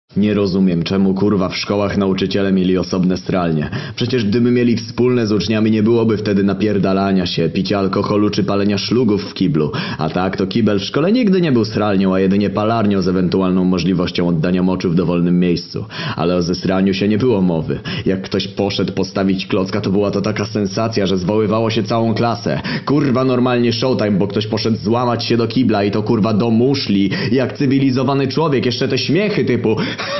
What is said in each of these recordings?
Nie rozumiem, czemu kurwa w szkołach nauczyciele mieli osobne stralnie. Przecież gdyby mieli wspólne z uczniami, nie byłoby wtedy napierdalania się, picia alkoholu czy palenia szlugów w kiblu. A tak to kibel w szkole nigdy nie był stralnią, a jedynie palarnią z ewentualną możliwością oddania moczu w dowolnym miejscu. Ale o zesraniu się nie było mowy. Jak ktoś poszedł postawić klocka, to była to taka sensacja, że zwoływało się całą klasę. Kurwa normalnie showtime, bo ktoś poszedł złamać się do kibla i to kurwa do muszli. Jak cywilizowany człowiek, jeszcze te śmiechy typu...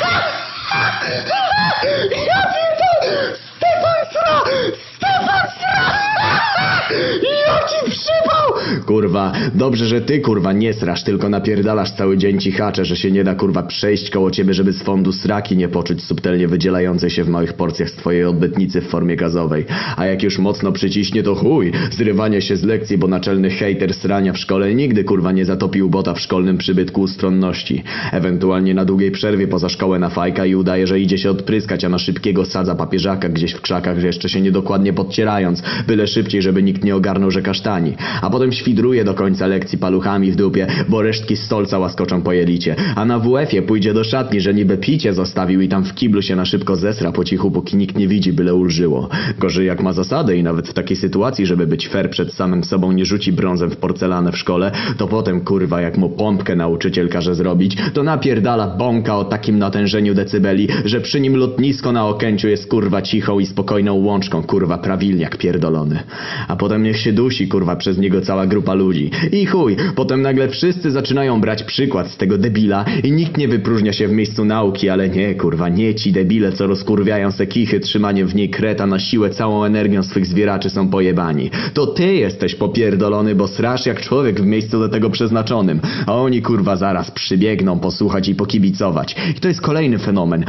Ja pierdolę! Stefan sra! Stefan sra! Jaki przypał! Kurwa, dobrze, że ty kurwa nie srasz, tylko napierdalasz cały dzień cichacze, że się nie da kurwa przejść koło ciebie, żeby z fondu sraki nie poczuć subtelnie wydzielającej się w małych porcjach z twojej odbytnicy w formie gazowej. A jak już mocno przyciśnie, to chuj, zrywanie się z lekcji, bo naczelny hejter srania w szkole nigdy kurwa nie zatopił bota w szkolnym przybytku ustronności. Ewentualnie na długiej przerwie poza szkołę na fajka i udaje, że idzie się odpryskać, a na szybkiego sadza papieżaka gdzieś w krzakach, że jeszcze się niedokładnie podcierając, byle szybciej, żeby nikt nie ogarnął, że kasztani. A potem świdruje do końca lekcji paluchami w dupie, bo resztki stolca łaskoczą po jelicie. A na WF-ie pójdzie do szatni, że niby picie zostawił i tam w kiblu się na szybko zesra po cichu, póki nikt nie widzi, byle ulżyło. Gorzej jak ma zasadę i nawet w takiej sytuacji, żeby być fair przed samym sobą, nie rzuci brązem w porcelanę w szkole, to potem kurwa jak mu pompkę nauczyciel każe zrobić, to napierdala bąka o takim natężeniu decybeli, że przy nim lotnisko na Okęciu jest kurwa cichą i spokojną łączką, kurwa prawilniak pierdolony. A potem niech się dusi kurwa przez niego cała grupa ludzi. I chuj, potem nagle wszyscy zaczynają brać przykład z tego debila i nikt nie wypróżnia się w miejscu nauki, ale nie kurwa, nie ci debile, co rozkurwiają se kichy trzymaniem w niej kreta na siłę całą energią swych zwieraczy są pojebani. To ty jesteś popierdolony, bo srasz jak człowiek w miejscu do tego przeznaczonym, a oni kurwa zaraz przybiegną posłuchać i pokibicować. I to jest kolejny fenomen.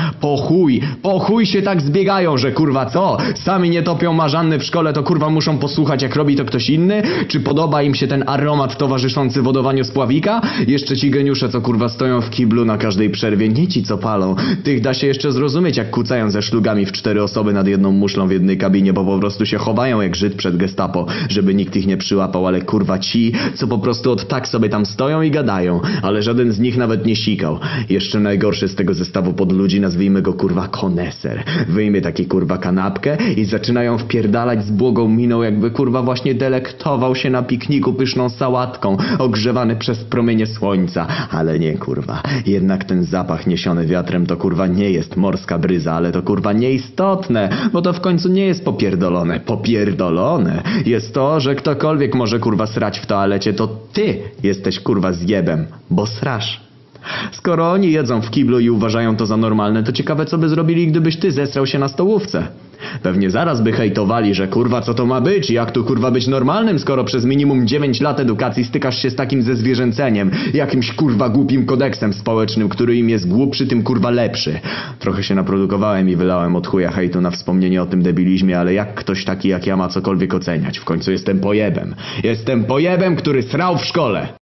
Po chuj się tak zbiegają, że kurwa co? Sami nie topią marzanny w szkole, to kurwa muszą posłuchać jak robi to ktoś inny? Czy podoba im się ten aromat towarzyszący wodowaniu z pławika? Jeszcze ci geniusze, co kurwa stoją w kiblu na każdej przerwie, nie ci co palą. Tych da się jeszcze zrozumieć, jak kucają ze szlugami w 4 osoby nad jedną muszlą w jednej kabinie, bo po prostu się chowają jak Żyd przed gestapo, żeby nikt ich nie przyłapał, ale kurwa ci, co po prostu od tak sobie tam stoją i gadają, ale żaden z nich nawet nie sikał. Jeszcze najgorszy z tego zestawu podludzi, nazwijmy go kurwa koneser. Wyjmie taki kurwa kanapkę i zaczynają wpierdalać z błogą miną, jakby kurwa właśnie delektował się na pikniku pyszną sałatką, ogrzewany przez promienie słońca. Ale nie kurwa, jednak ten zapach niesiony wiatrem to kurwa nie jest morska bryza, ale to kurwa nieistotne, bo to w końcu nie jest popierdolone. Popierdolone jest to, że ktokolwiek może kurwa srać w toalecie, to ty jesteś kurwa zjebem, bo srasz. Skoro oni jedzą w kiblu i uważają to za normalne, to ciekawe co by zrobili, gdybyś ty zesrał się na stołówce. Pewnie zaraz by hejtowali, że kurwa co to ma być, jak tu kurwa być normalnym, skoro przez minimum 9 lat edukacji stykasz się z takim zezwierzęceniem, jakimś kurwa głupim kodeksem społecznym, który im jest głupszy, tym kurwa lepszy. Trochę się naprodukowałem i wylałem od chuja hejtu na wspomnienie o tym debilizmie, ale jak ktoś taki jak ja ma cokolwiek oceniać? W końcu jestem pojebem. Jestem pojebem, który srał w szkole.